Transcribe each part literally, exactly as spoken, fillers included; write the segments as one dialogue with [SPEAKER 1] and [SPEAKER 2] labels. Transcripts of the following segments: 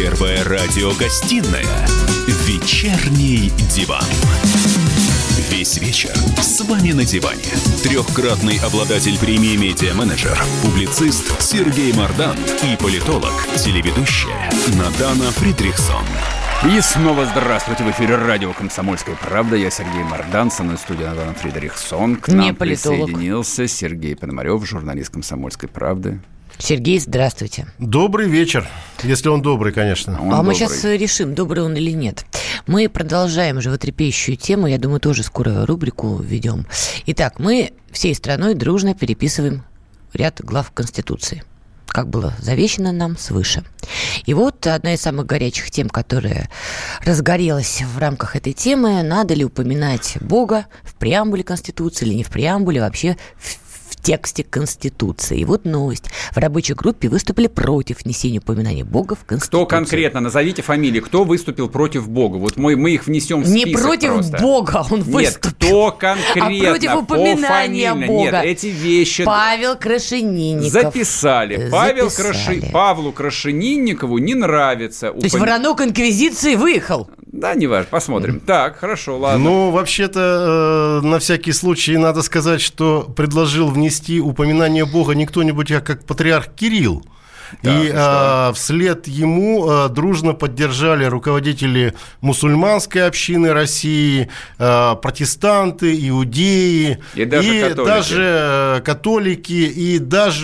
[SPEAKER 1] Первая радиогостинная «Вечерний диван». Весь вечер с вами на диване. Трехкратный обладатель премии «Медиа-менеджер», публицист Сергей Мардан и политолог, телеведущая Надана Фридрихсон.
[SPEAKER 2] И снова здравствуйте. В эфире радио «Комсомольская правда». Я Сергей Мардан, со мной в студии Надана Фридрихсон. К нам присоединился Сергей Пономарев, журналист «Комсомольской правды».
[SPEAKER 3] Сергей, здравствуйте.
[SPEAKER 4] Добрый вечер, если он добрый, конечно.
[SPEAKER 3] Он а добрый. Мы сейчас решим, добрый он или нет. Мы продолжаем животрепещущую тему, я думаю, тоже скоро рубрику введем. Итак, мы всей страной дружно переписываем ряд глав Конституции, как было завещено нам свыше. И вот одна из самых горячих тем, которая разгорелась в рамках этой темы: надо ли упоминать Бога в преамбуле Конституции или не в преамбуле, вообще в тексте Конституции. И вот новость. В рабочей группе выступили против внесения упоминания Бога в Конституцию.
[SPEAKER 2] Кто конкретно? Назовите фамилии. Кто выступил против Бога? Вот мы, мы их внесем в список.
[SPEAKER 3] Не против
[SPEAKER 2] просто.
[SPEAKER 3] Бога он выступил.
[SPEAKER 2] Нет, кто конкретно?
[SPEAKER 3] А против упоминания Бога.
[SPEAKER 2] Нет, эти вещи...
[SPEAKER 3] Павел Крашенинников.
[SPEAKER 2] Записали. Павел Краши... Павлу Крашенинникову не нравится.
[SPEAKER 3] То упом... есть воронок инквизиции выехал?
[SPEAKER 2] Да, не важно, посмотрим. Mm. Так, хорошо, ладно.
[SPEAKER 4] Ну, вообще-то, э, на всякий случай надо сказать, что предложил внести упоминание Бога не кто-нибудь, а как патриарх Кирилл. Да, и э, вслед ему э, дружно поддержали руководители мусульманской общины России, э, протестанты, иудеи,
[SPEAKER 2] и даже
[SPEAKER 4] и
[SPEAKER 2] католики.
[SPEAKER 4] даже католики, и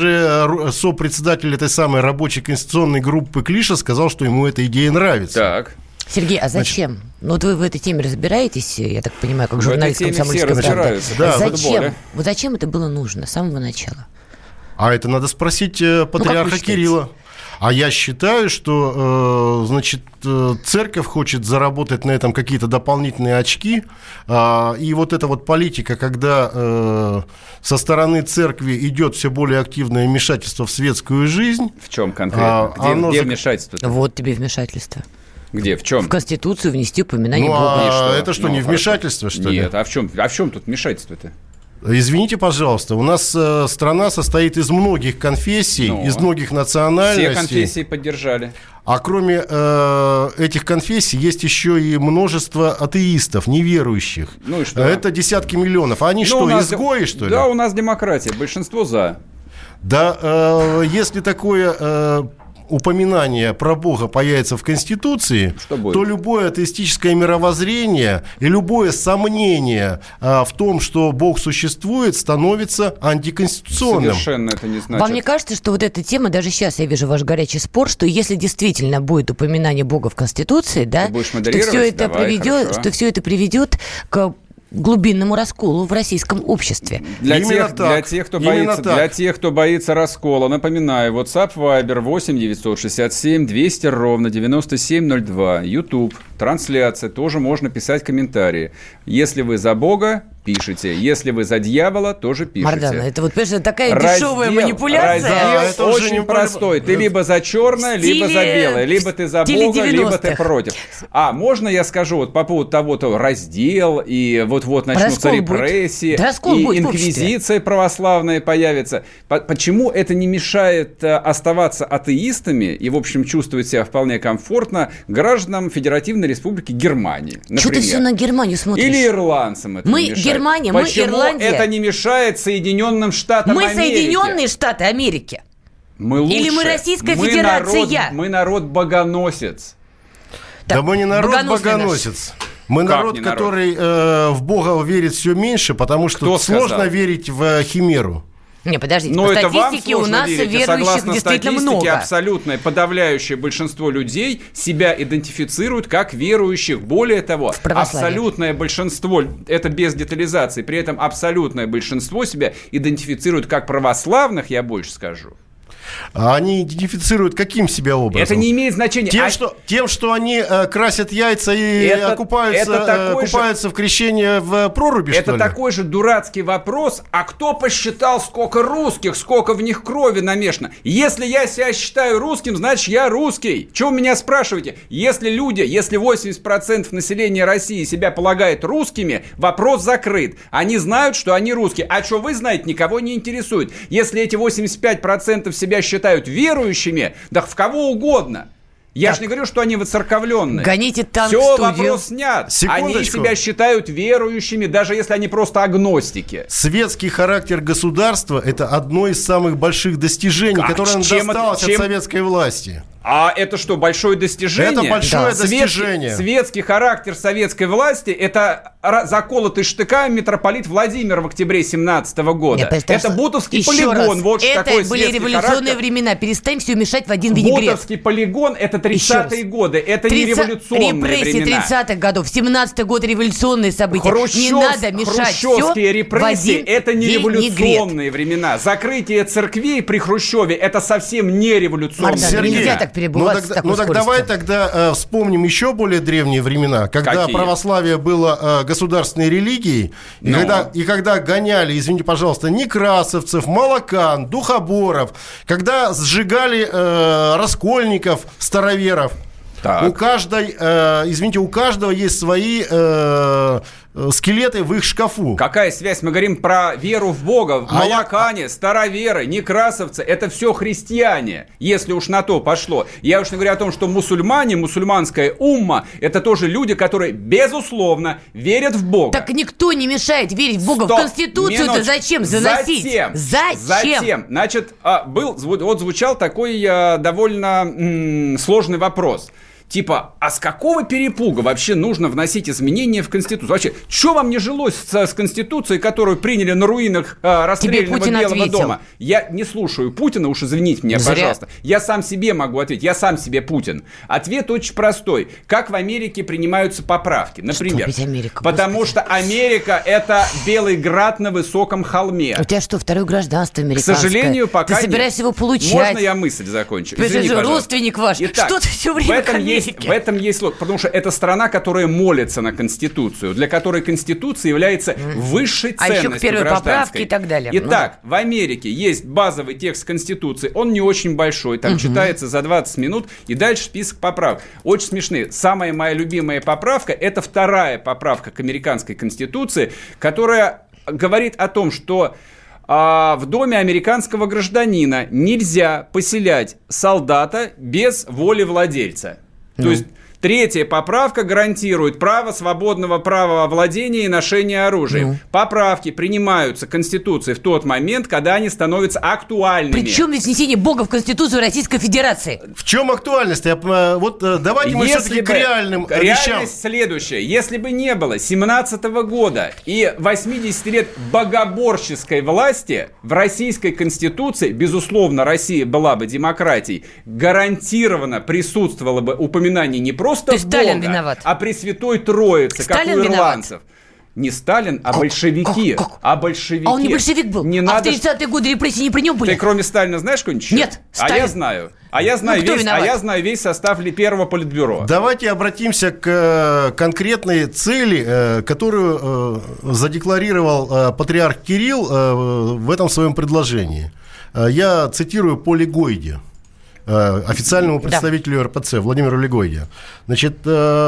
[SPEAKER 4] даже сопредседатель этой самой рабочей конституционной группы Клиша сказал, что ему эта идея нравится.
[SPEAKER 2] Так.
[SPEAKER 3] Сергей, а зачем? Значит, ну вот вы в этой теме разбираетесь, я так понимаю, как журналист «Комсомольской правды».
[SPEAKER 4] Да,
[SPEAKER 3] зачем? Вот зачем это было нужно с самого начала?
[SPEAKER 4] А это надо спросить э, патриарха ну, Кирилла. А я считаю, что, э, значит, э, церковь хочет заработать на этом какие-то дополнительные очки, э, и вот эта вот политика, когда э, со стороны церкви идет все более активное вмешательство в светскую жизнь.
[SPEAKER 2] В чем конкретно?
[SPEAKER 4] А,
[SPEAKER 2] где где вмешательство?
[SPEAKER 3] Вот тебе вмешательство.
[SPEAKER 2] Где? В чем?
[SPEAKER 3] В Конституцию внести упоминание
[SPEAKER 4] ну,
[SPEAKER 3] Бога.
[SPEAKER 4] А
[SPEAKER 2] что?
[SPEAKER 4] это что,
[SPEAKER 2] ну,
[SPEAKER 4] не вмешательство, что ли?
[SPEAKER 2] Нет, а в чем, а в чем тут вмешательство-то?
[SPEAKER 4] Извините, пожалуйста, у нас э, страна состоит из многих конфессий, ну, из многих национальностей.
[SPEAKER 2] Все конфессии поддержали.
[SPEAKER 4] А кроме э, этих конфессий есть еще и множество атеистов, неверующих.
[SPEAKER 2] Ну и что?
[SPEAKER 4] Это десятки миллионов. А они ну, что, нас... изгои, что ли?
[SPEAKER 2] Да, у нас демократия, большинство за.
[SPEAKER 4] Да, э, если такое... Э, упоминание про Бога появится в Конституции, то любое атеистическое мировоззрение и любое сомнение а, в том, что Бог существует, становится антиконституционным.
[SPEAKER 2] Совершенно это не значит.
[SPEAKER 3] Вам не кажется, что вот эта тема, даже сейчас я вижу ваш горячий спор, что если действительно будет упоминание Бога в Конституции, да, что все это
[SPEAKER 2] Давай,
[SPEAKER 3] приведет, что все это приведет к глубинному расколу в российском обществе.
[SPEAKER 2] Для, тех, для, тех, кто боится, для тех, кто боится раскола, напоминаю, WhatsApp, Viber восемь девятьсот шестьдесят семь двести ровно девяносто семь ноль два, YouTube, трансляция, тоже можно писать комментарии. Если вы за Бога, пишите. Если вы за дьявола, тоже пишите.
[SPEAKER 3] Мардан, это вот, понимаешь, такая раздел, дешевая манипуляция.
[SPEAKER 2] Раздел да, это очень не простой. Ты либо за черное, либо за белое. Либо ты за Бога, либо ты против. А, можно я скажу вот по поводу того-то раздел, и вот-вот начнутся репрессии, и инквизиция православная появится. Почему это не мешает оставаться атеистами и, в общем, чувствовать себя вполне комфортно гражданам Федеративной Республики Германии, например?
[SPEAKER 3] Что ты все на Германию смотришь?
[SPEAKER 2] Или ирландцам это
[SPEAKER 3] мы
[SPEAKER 2] не мешает.
[SPEAKER 3] Германия,
[SPEAKER 2] Почему
[SPEAKER 3] мы Ирландия?
[SPEAKER 2] Это не мешает Соединенным Штатам
[SPEAKER 3] мы
[SPEAKER 2] Америки?
[SPEAKER 3] Мы Соединенные Штаты Америки.
[SPEAKER 2] Мы лучше.
[SPEAKER 3] Или мы Российская
[SPEAKER 2] мы
[SPEAKER 3] Федерация?
[SPEAKER 2] Народ, мы народ богоносец.
[SPEAKER 4] Так, да мы не народ богоносец. Мы как народ, который э, в Бога верит все меньше, потому что Кто сложно сказал? верить в химеру.
[SPEAKER 3] Не, подождите,
[SPEAKER 2] но
[SPEAKER 3] по
[SPEAKER 2] это
[SPEAKER 3] статистике у нас
[SPEAKER 2] верить.
[SPEAKER 3] верующих
[SPEAKER 2] Согласно
[SPEAKER 3] действительно
[SPEAKER 2] статистике,
[SPEAKER 3] много.
[SPEAKER 2] Абсолютное подавляющее большинство людей себя идентифицируют как верующих. Более того, абсолютное большинство, это без детализации, при этом абсолютное большинство себя идентифицируют как православных, я больше скажу.
[SPEAKER 4] А они идентифицируют каким себя образом?
[SPEAKER 2] Это не имеет значения.
[SPEAKER 4] Тем,
[SPEAKER 2] а...
[SPEAKER 4] что, тем что они э, красят яйца и
[SPEAKER 2] это,
[SPEAKER 4] окупаются,
[SPEAKER 2] это
[SPEAKER 4] э, купаются
[SPEAKER 2] же...
[SPEAKER 4] в крещении в проруби,
[SPEAKER 2] это
[SPEAKER 4] что ли?
[SPEAKER 2] Это такой же дурацкий вопрос, а кто посчитал, сколько русских, сколько в них крови намешано? Если я себя считаю русским, значит, я русский. Чего вы меня спрашиваете? Если люди, если восемьдесят процентов населения России себя полагает русскими, вопрос закрыт. Они знают, что они русские. А что вы знаете, никого не интересует. Если эти восемьдесят пять процентов себя считают верующими, да в кого угодно. Я же не говорю, что они воцерковленные.
[SPEAKER 3] Гоните танк
[SPEAKER 2] Все,
[SPEAKER 3] в студию.
[SPEAKER 2] вопрос снят. Они себя считают верующими, даже если они просто агностики.
[SPEAKER 4] Светский характер государства – это одно из самых больших достижений, а которое нам досталось чем... от советской власти.
[SPEAKER 2] А это что, большое достижение?
[SPEAKER 4] Это большое
[SPEAKER 2] да.
[SPEAKER 4] достижение.
[SPEAKER 2] Светский, светский характер советской власти – это заколотый штыками митрополит Владимир в октябре семнадцатого года. Нет, это Бутовский полигон.
[SPEAKER 3] Раз,
[SPEAKER 2] вот
[SPEAKER 3] это
[SPEAKER 2] такой
[SPEAKER 3] были революционные
[SPEAKER 2] характер.
[SPEAKER 3] времена. Перестань все мешать в один винегрет.
[SPEAKER 2] Бутовский полигон – это тридцатые годы. Это не революционные
[SPEAKER 3] репрессии
[SPEAKER 2] времена.
[SPEAKER 3] тридцатых годов. семнадцатый год – революционные события.
[SPEAKER 2] Хрущев,
[SPEAKER 3] не надо мешать
[SPEAKER 2] хрущевские репрессии – это не
[SPEAKER 3] винегрет.
[SPEAKER 2] революционные времена. Закрытие церквей при Хрущеве – это совсем не революционные
[SPEAKER 3] Мардан,
[SPEAKER 2] времена.
[SPEAKER 3] Нельзя так перебываться.
[SPEAKER 4] Ну, тогда, ну так давай тогда э, вспомним еще более древние времена, когда
[SPEAKER 2] Какие?
[SPEAKER 4] православие было э, государственной религией, и когда, и когда гоняли, извините, пожалуйста, некрасовцев, молокан, духоборов, когда сжигали э, раскольников, староверов. Так. У каждой, э, извините, у каждого есть свои э, скелеты в их шкафу.
[SPEAKER 2] Какая связь? Мы говорим про веру в Бога. А молокане, я... староверы, некрасовцы – это все христиане, если уж на то пошло. Я уж не говорю о том, что мусульмане, мусульманская умма – это тоже люди, которые, безусловно, верят в Бога.
[SPEAKER 3] Так никто не мешает верить в Бога.
[SPEAKER 2] Стоп,
[SPEAKER 3] в Конституцию-то зачем заносить?
[SPEAKER 2] Затем,
[SPEAKER 3] зачем?
[SPEAKER 2] Затем, значит, был, вот звучал такой довольно м- сложный вопрос. Типа, а с какого перепуга вообще нужно вносить изменения в Конституцию? Вообще, что вам не жилось с, с Конституцией, которую приняли на руинах а, расстрелянного Белого ответил. дома? Я не слушаю Путина, уж извините меня, Зря. пожалуйста. Я сам себе могу ответить. Я сам себе Путин. Ответ очень простой. Как в Америке принимаются поправки? Например.
[SPEAKER 3] Что, Америка,
[SPEAKER 2] потому
[SPEAKER 3] Господи.
[SPEAKER 2] что Америка – это Белый град на высоком холме.
[SPEAKER 3] У тебя что, второе гражданство американское?
[SPEAKER 2] К сожалению, пока
[SPEAKER 3] Ты собираешься
[SPEAKER 2] нет.
[SPEAKER 3] его получать?
[SPEAKER 2] Можно я мысль закончу? Извини,
[SPEAKER 3] же
[SPEAKER 2] пожалуйста.
[SPEAKER 3] Родственник ваш.
[SPEAKER 2] Итак,
[SPEAKER 3] что ты все время
[SPEAKER 2] в этом
[SPEAKER 3] к
[SPEAKER 2] есть, в этом есть лог, потому что это страна, которая молится на Конституцию, для которой Конституция является высшей
[SPEAKER 3] а
[SPEAKER 2] ценностью
[SPEAKER 3] еще к первой поправке и так далее.
[SPEAKER 2] Итак,
[SPEAKER 3] ну,
[SPEAKER 2] в Америке есть базовый текст Конституции, он не очень большой, там угу. читается за двадцать минут, и дальше список поправок. Очень смешные. Самая моя любимая поправка – это вторая поправка к американской Конституции, которая говорит о том, что а в доме американского гражданина нельзя поселять солдата без воли владельца. То ну. есть третья поправка гарантирует право свободного права владения и ношения оружия. Ну. Поправки принимаются Конституцией в тот момент, когда они становятся актуальными.
[SPEAKER 3] Причем здесь внесение Бога в Конституцию Российской Федерации?
[SPEAKER 4] В чем актуальность? Вот давайте мы
[SPEAKER 2] Если
[SPEAKER 4] все-таки
[SPEAKER 2] бы,
[SPEAKER 4] к реальным
[SPEAKER 2] реальность
[SPEAKER 4] вещам.
[SPEAKER 2] следующая. Если бы не было семнадцатого года и восемьдесят лет богоборческой власти, в Российской Конституции, безусловно, Россия была бы демократией, гарантированно присутствовало бы упоминание не просто Просто Бога,
[SPEAKER 3] Сталин виноват.
[SPEAKER 2] а Пресвятой Троицы,
[SPEAKER 3] Сталин
[SPEAKER 2] как у ирландцев.
[SPEAKER 3] Виноват.
[SPEAKER 2] Не Сталин, а большевики.
[SPEAKER 3] Как, как?
[SPEAKER 2] А большевики.
[SPEAKER 3] А он не большевик был?
[SPEAKER 2] Не
[SPEAKER 3] а
[SPEAKER 2] надо...
[SPEAKER 3] в тридцатые годы репрессии не при нем были?
[SPEAKER 2] Ты кроме Сталина знаешь что-нибудь?
[SPEAKER 3] Нет,
[SPEAKER 2] Сталин. А я знаю. А я знаю,
[SPEAKER 3] ну,
[SPEAKER 2] весь, а я знаю весь состав первого политбюро.
[SPEAKER 4] Давайте обратимся к конкретной цели, которую задекларировал патриарх Кирилл в этом своем предложении. Я цитирую по Легойде, официальному представителю да. эр пэ цэ Владимиру Легойде. Значит,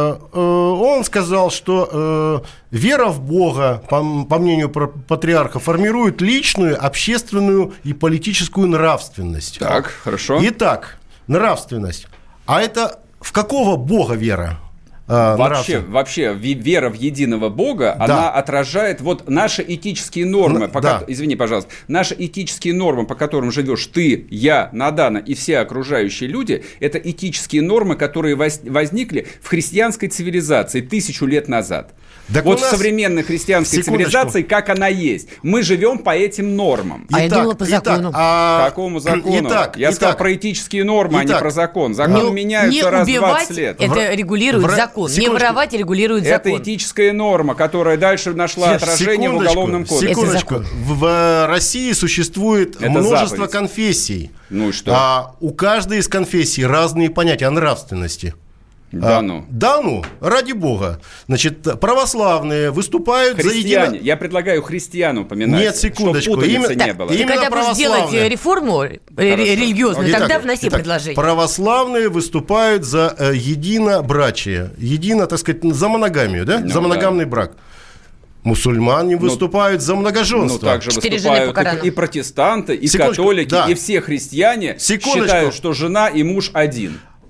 [SPEAKER 4] он сказал, что вера в Бога, по, по мнению патриарха, формирует личную, общественную и политическую нравственность.
[SPEAKER 2] Так, хорошо.
[SPEAKER 4] Итак, нравственность. А это в какого Бога вера?
[SPEAKER 2] Вообще, вообще, вера в единого Бога, да. она отражает вот наши этические нормы. По да. ко... Извини, пожалуйста. Наши этические нормы, по которым живешь ты, я, Надана и все окружающие люди, это этические нормы, которые возникли в христианской цивилизации тысячу лет назад. Так вот в нас... современной христианской Секундочку. цивилизации, как она есть. Мы живем по этим нормам.
[SPEAKER 3] А итак, я думала по закону.
[SPEAKER 2] Итак, а... Какому закону?
[SPEAKER 4] Итак,
[SPEAKER 2] я
[SPEAKER 4] итак,
[SPEAKER 2] сказал про этические нормы, итак, а не про закон. Законы не, меняются
[SPEAKER 3] не
[SPEAKER 2] раз в
[SPEAKER 3] убивать,
[SPEAKER 2] двадцать лет.
[SPEAKER 3] Это регулирует в... закон. Секундочку. Не воровать регулирует закон.
[SPEAKER 2] Это этическая норма, которая дальше нашла отражение в Уголовном кодексе.
[SPEAKER 4] Секундочку. В России существует это множество заповедь. конфессий.
[SPEAKER 2] Ну и что?
[SPEAKER 4] А у каждой из конфессий разные понятия о нравственности.
[SPEAKER 2] Да
[SPEAKER 4] а,
[SPEAKER 2] ну.
[SPEAKER 4] Да ну, ради бога. Значит, православные выступают
[SPEAKER 2] Христиане.
[SPEAKER 4] за едино...
[SPEAKER 2] Я предлагаю христиан упоминать.
[SPEAKER 4] Нет, секундочку.
[SPEAKER 2] Чтобы путаницы
[SPEAKER 4] Именно,
[SPEAKER 2] не было.
[SPEAKER 3] Ты когда будешь делать реформу Хорошо. религиозную, итак, тогда вноси итак, предложение.
[SPEAKER 4] Православные выступают за э, единобрачие. Едино, так сказать, за моногамию, да? Ну, за моногамный да. брак. Мусульмане ну, выступают за многоженство.
[SPEAKER 2] Ну, также выступают и, и протестанты, и Секундочку, католики, да. и все христиане считают, что жена и муж один.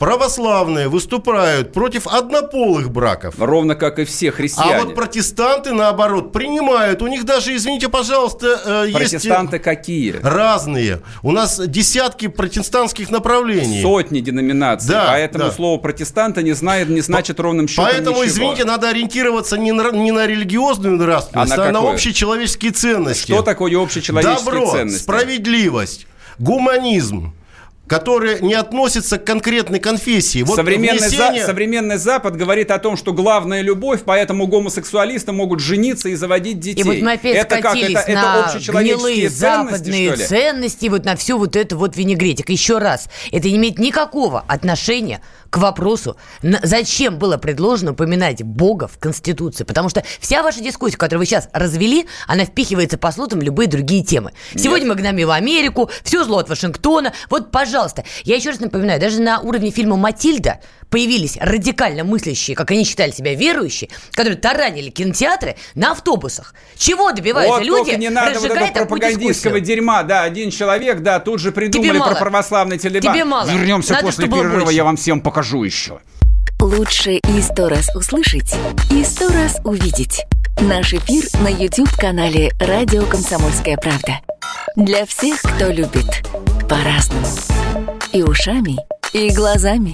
[SPEAKER 4] православные выступают против однополых браков.
[SPEAKER 2] Ровно как и все христиане.
[SPEAKER 4] А вот протестанты, наоборот, принимают. У них даже, извините, пожалуйста, есть...
[SPEAKER 2] Протестанты какие?
[SPEAKER 4] Разные. У нас десятки протестантских направлений.
[SPEAKER 2] Сотни деноминаций. Да, поэтому да. слово протестанта не, знает, не значит По- ровным счетом
[SPEAKER 4] Поэтому,
[SPEAKER 2] ничего.
[SPEAKER 4] извините, надо ориентироваться не на, не на религиозную нравственность, а, а на общечеловеческие ценности.
[SPEAKER 2] Что такое общечеловеческие
[SPEAKER 4] Добро,
[SPEAKER 2] ценности?
[SPEAKER 4] Справедливость, гуманизм, которые не относятся к конкретной конфессии. Вот
[SPEAKER 2] современный,
[SPEAKER 4] внесение...
[SPEAKER 2] за... современный Запад говорит о том, что главная любовь, поэтому гомосексуалисты могут жениться и заводить детей.
[SPEAKER 3] И вот мы опять
[SPEAKER 2] это
[SPEAKER 3] скатились
[SPEAKER 2] как? Это,
[SPEAKER 3] на
[SPEAKER 2] это общечеловеческие
[SPEAKER 3] гнилые западные
[SPEAKER 2] ценности,
[SPEAKER 3] ценности, вот на всю вот эту вот винегретик. Еще раз, это не имеет никакого отношения к вопросу, зачем было предложено упоминать Бога в Конституции. Потому что вся ваша дискуссия, которую вы сейчас развели, она впихивается по слотам в любые другие темы. Сегодня Нет. мы гномим Америку, все зло от Вашингтона. Вот, пожалуйста, я еще раз напоминаю, даже на уровне фильма «Матильда» появились радикально мыслящие, как они считали себя, верующие, которые таранили кинотеатры на автобусах. Чего добиваются
[SPEAKER 2] вот
[SPEAKER 3] люди?
[SPEAKER 2] Только не надо вот этого пропагандистского дерьма. Да, один человек, да, тут же придумали про православный телебан.
[SPEAKER 3] Тебе мало.
[SPEAKER 2] Вернемся
[SPEAKER 3] надо,
[SPEAKER 2] после перерыва, больше. Я вам всем покажу. Еще.
[SPEAKER 5] Лучше и сто раз услышать, и сто раз увидеть. Наш эфир на YouTube-канале «Радио Комсомольская правда». Для всех, кто любит по-разному. И ушами, и глазами.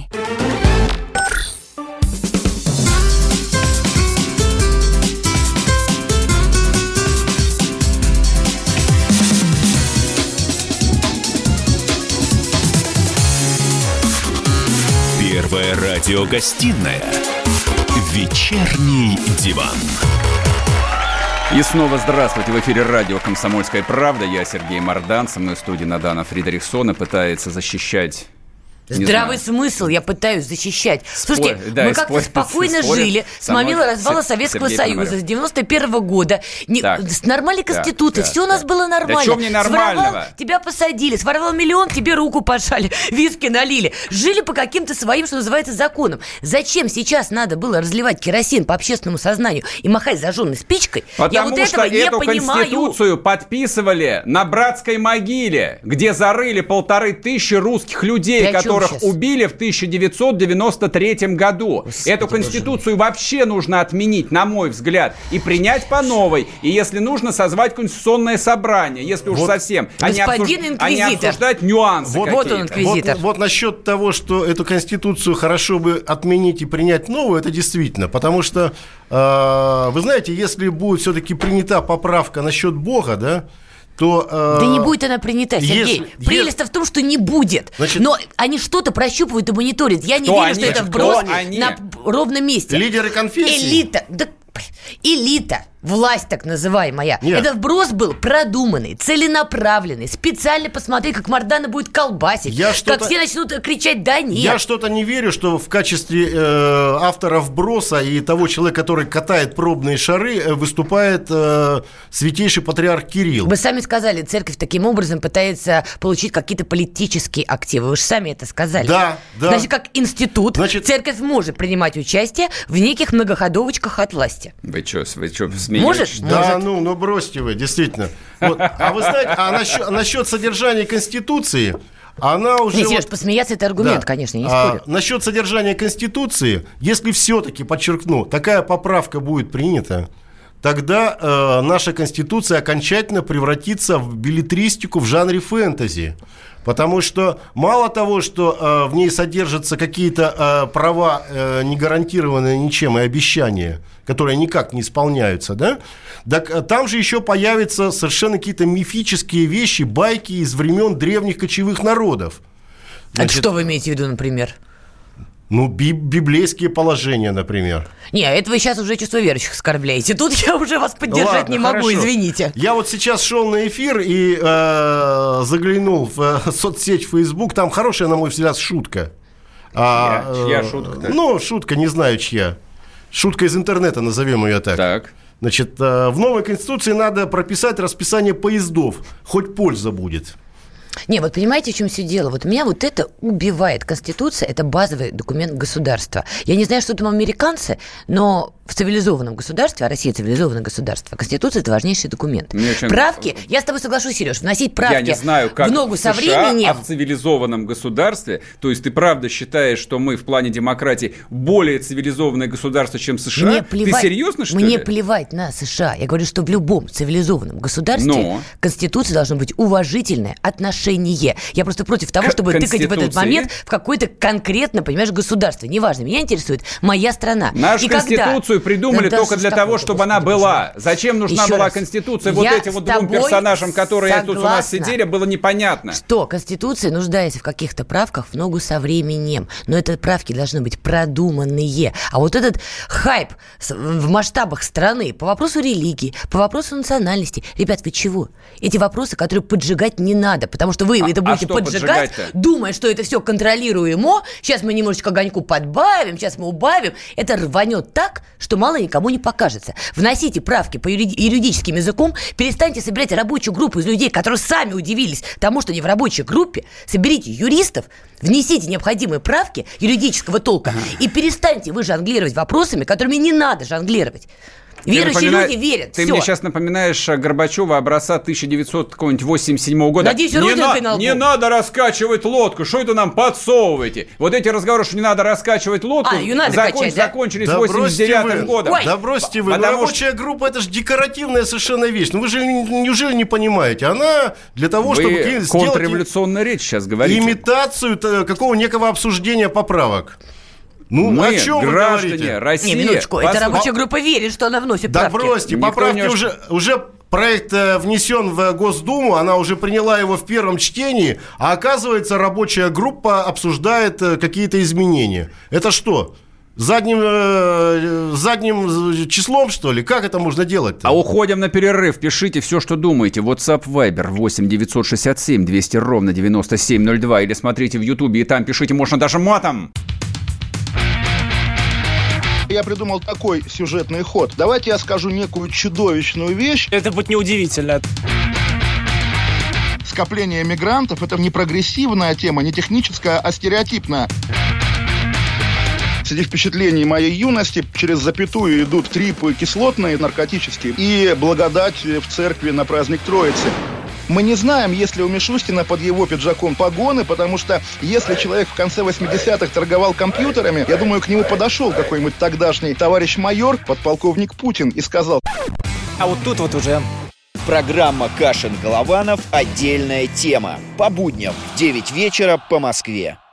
[SPEAKER 1] Первая радиогостинная «Вечерний диван».
[SPEAKER 2] И снова здравствуйте. В эфире радио «Комсомольская правда». Я Сергей Мордан. Со мной в студии Надана Фридрихсона пытается защищать...
[SPEAKER 3] Здравый смысл я пытаюсь защищать.
[SPEAKER 2] Спор,
[SPEAKER 3] Слушайте,
[SPEAKER 2] да,
[SPEAKER 3] мы как-то
[SPEAKER 2] спорят,
[SPEAKER 3] спокойно
[SPEAKER 2] спорят,
[SPEAKER 3] жили с момента развала Советского
[SPEAKER 2] Сергей
[SPEAKER 3] Союза
[SPEAKER 2] Пономарев.
[SPEAKER 3] с девяносто первого года. Не, с нормальной конституцией.
[SPEAKER 2] Да,
[SPEAKER 3] Все
[SPEAKER 2] да,
[SPEAKER 3] у нас
[SPEAKER 2] да.
[SPEAKER 3] было нормально.
[SPEAKER 2] Да что мне нормального?
[SPEAKER 3] Своровал, тебя посадили. Своровал миллион, тебе руку пожали. Виски налили. Жили по каким-то своим, что называется, законам. Зачем сейчас надо было разливать керосин по общественному сознанию и махать зажженной спичкой?
[SPEAKER 2] Потому
[SPEAKER 3] я вот
[SPEAKER 2] что
[SPEAKER 3] этого не
[SPEAKER 2] эту
[SPEAKER 3] понимаю.
[SPEAKER 2] конституцию подписывали на братской могиле, где зарыли полторы тысячи русских людей,
[SPEAKER 3] Ты
[SPEAKER 2] которых
[SPEAKER 3] сейчас?
[SPEAKER 2] убили в тысяча девятьсот девяносто третьем году.
[SPEAKER 3] Господи,
[SPEAKER 2] Эту конституцию вообще нужно отменить, на мой взгляд, и принять по новой. И если нужно, созвать конституционное собрание, если уж
[SPEAKER 4] вот
[SPEAKER 2] совсем. А не, обсуж... а не обсуждать нюансы
[SPEAKER 4] вот,
[SPEAKER 3] вот он, инквизитор.
[SPEAKER 4] Вот, вот насчет того, что эту конституцию хорошо бы отменить и принять новую, это действительно. Потому что, э, вы знаете, если будет все-таки принята поправка насчет Бога, да, то, э,
[SPEAKER 3] да не будет она принята, Сергей.
[SPEAKER 4] Если,
[SPEAKER 3] Прелесть-то в том, что не будет.
[SPEAKER 4] Значит,
[SPEAKER 3] но они что-то прощупывают и мониторят. Я не
[SPEAKER 2] кто
[SPEAKER 3] верю,
[SPEAKER 2] они?
[SPEAKER 3] что это
[SPEAKER 2] Кто
[SPEAKER 3] вброс
[SPEAKER 2] они?
[SPEAKER 3] на ровном месте.
[SPEAKER 4] Лидеры конфессий?
[SPEAKER 3] Элита. Да, элита. Власть так называемая.
[SPEAKER 4] Нет.
[SPEAKER 3] Этот вброс был продуманный, целенаправленный. Специально посмотри, как Мардана будет колбасить.
[SPEAKER 4] Я
[SPEAKER 3] как все начнут кричать «да нет».
[SPEAKER 4] Я что-то не верю, что в качестве э, автора вброса и того человека, который катает пробные шары, э, выступает э, святейший патриарх Кирилл.
[SPEAKER 3] Вы сами сказали, церковь таким образом пытается получить какие-то политические активы. Вы же сами это сказали.
[SPEAKER 4] Да, да.
[SPEAKER 3] Значит, как институт,
[SPEAKER 4] Значит...
[SPEAKER 3] церковь может принимать участие в неких многоходовочках от власти.
[SPEAKER 2] Вы что, вы что, смеетесь?
[SPEAKER 3] Может?
[SPEAKER 4] Да,
[SPEAKER 3] Может.
[SPEAKER 4] ну, ну бросьте вы, действительно. Вот. А вы знаете, а насчет, насчет содержания Конституции, она уже...
[SPEAKER 3] Не, Сереж,
[SPEAKER 4] вот...
[SPEAKER 3] посмеяться это аргумент,
[SPEAKER 4] да.
[SPEAKER 3] конечно, не
[SPEAKER 4] а,
[SPEAKER 3] спорю.
[SPEAKER 4] насчет содержания Конституции, если все-таки, подчеркну, такая поправка будет принята, тогда э, наша Конституция окончательно превратится в беллетристику в жанре фэнтези. Потому что мало того, что э, в ней содержатся какие-то э, права, э, не гарантированные ничем, и обещания, которые никак не исполняются, да, так э, там же еще появятся совершенно какие-то мифические вещи, байки из времен древних кочевых народов.
[SPEAKER 3] Значит, это что вы имеете в виду, например?
[SPEAKER 4] Ну, би- библейские положения, например.
[SPEAKER 3] Не, это вы сейчас уже чувство верующих оскорбляете. Тут я уже вас поддержать
[SPEAKER 4] Ладно,
[SPEAKER 3] не могу,
[SPEAKER 4] хорошо.
[SPEAKER 3] Извините.
[SPEAKER 4] Я вот сейчас шел на эфир и э, заглянул в э, соцсеть Facebook. Там хорошая, на мой взгляд, шутка.
[SPEAKER 2] А,
[SPEAKER 4] э,
[SPEAKER 2] чья шутка-то?
[SPEAKER 4] Ну, шутка, не знаю чья. Шутка из интернета, назовем ее так.
[SPEAKER 2] Так.
[SPEAKER 4] Значит, э, в новой Конституции надо прописать расписание поездов. Хоть польза будет.
[SPEAKER 3] Не, вот понимаете, в чем все дело? Вот меня вот это убивает. Конституция – это базовый документ государства. Я не знаю, что там американцы, но в цивилизованном государстве, а Россия цивилизованное государство, Конституция – это важнейший документ. Очень... Правки, я с тобой соглашусь, Сереж, вносить правки я
[SPEAKER 2] не знаю, как
[SPEAKER 3] в ногу
[SPEAKER 2] в США,
[SPEAKER 3] со временем.
[SPEAKER 2] А в цивилизованном государстве, то есть ты правда считаешь, что мы в плане демократии более цивилизованное государство, чем США?
[SPEAKER 3] Мне плевать,
[SPEAKER 2] ты серьезно, что
[SPEAKER 3] мне
[SPEAKER 2] ли?
[SPEAKER 3] плевать на США. Я говорю, что в любом цивилизованном государстве
[SPEAKER 2] Но...
[SPEAKER 3] Конституции должно быть уважительное отношение. Я просто против того, чтобы тыкать в этот момент в какое-то конкретно, понимаешь, государство. Неважно, меня интересует моя страна.
[SPEAKER 2] Нашу И Конституцию когда... придумали да, только для того, чтобы она была. Зачем нужна
[SPEAKER 3] Еще
[SPEAKER 2] была
[SPEAKER 3] раз.
[SPEAKER 2] Конституция вот этим вот двум персонажам, которые
[SPEAKER 3] согласна,
[SPEAKER 2] тут у нас сидели, было непонятно.
[SPEAKER 3] Что Конституция нуждается в каких-то правках в ногу со временем. Но это правки должны быть продуманные. А вот этот хайп в масштабах страны по вопросу религии, по вопросу национальности. Ребят, вы чего? Эти вопросы, которые поджигать не надо, потому что вы а, это будете а поджигать, думая, что это все контролируемо. Сейчас мы немножечко огоньку подбавим, сейчас мы убавим. Это рванет так, что мало никому не покажется. Вносите правки по юриди- юридическим языком, перестаньте собирать рабочую группу из людей, которые сами удивились тому, что они в рабочей группе. Соберите юристов, внесите необходимые правки юридического толка и перестаньте вы жонглировать вопросами, которыми не надо жонглировать. Верующие
[SPEAKER 2] напомина...
[SPEAKER 3] люди верят.
[SPEAKER 2] Ты
[SPEAKER 3] Всё.
[SPEAKER 2] мне сейчас напоминаешь Горбачева образца тысяча девятьсот восемьдесят седьмого года.
[SPEAKER 3] Надеюсь,
[SPEAKER 2] не, на...
[SPEAKER 3] на
[SPEAKER 2] не надо раскачивать лодку. Что это нам подсовываете? Вот эти разговоры, что не надо раскачивать лодку,
[SPEAKER 3] а, надо
[SPEAKER 2] закон...
[SPEAKER 3] качать, да?
[SPEAKER 2] закончились да восемьдесят девятым годом.
[SPEAKER 4] Ой. Да бросьте вы. Потому рабочая что... группа – это же декоративная совершенно вещь. Ну вы же неужели не понимаете? Она для того,
[SPEAKER 2] вы
[SPEAKER 4] чтобы сделать...
[SPEAKER 2] контрреволюционную речь сейчас говорите.
[SPEAKER 4] Имитацию какого некого обсуждения поправок. Ну,
[SPEAKER 2] мы,
[SPEAKER 4] о чем
[SPEAKER 2] граждане
[SPEAKER 4] вы говорите?
[SPEAKER 2] России...
[SPEAKER 3] Не, минуточку, эта рабочая группа верит, что она вносит
[SPEAKER 4] да
[SPEAKER 3] правки.
[SPEAKER 4] Да бросьте,
[SPEAKER 2] Никто
[SPEAKER 4] поправки
[SPEAKER 2] не...
[SPEAKER 4] уже... уже... Проект внесен в Госдуму, она уже приняла его в первом чтении, а оказывается, рабочая группа обсуждает какие-то изменения. Это что? Задним, задним числом, что ли? Как это можно делать-то?
[SPEAKER 2] А уходим на перерыв. Пишите все, что думаете. WhatsApp, Viber восемь девятьсот шестьдесят семь двести ровно девяносто семь ноль два. Или смотрите в Ютубе, и там пишите, можно даже матом.
[SPEAKER 6] Я придумал такой сюжетный ход. Давайте я скажу некую чудовищную вещь.
[SPEAKER 7] Это будет неудивительно.
[SPEAKER 6] Скопление мигрантов – это не прогрессивная тема, не техническая, а стереотипная. Среди впечатлений моей юности через запятую идут трипы кислотные, наркотические, и благодать в церкви на праздник Троицы. Мы не знаем, есть ли у Мишустина под его пиджаком погоны, потому что если человек в конце восьмидесятых торговал компьютерами, я думаю, к нему подошел какой-нибудь тогдашний товарищ майор, подполковник Путин, и сказал:
[SPEAKER 7] а вот тут вот уже...
[SPEAKER 8] Программа «Кашин-Голованов. Отдельная тема». По будням в девять вечера по Москве.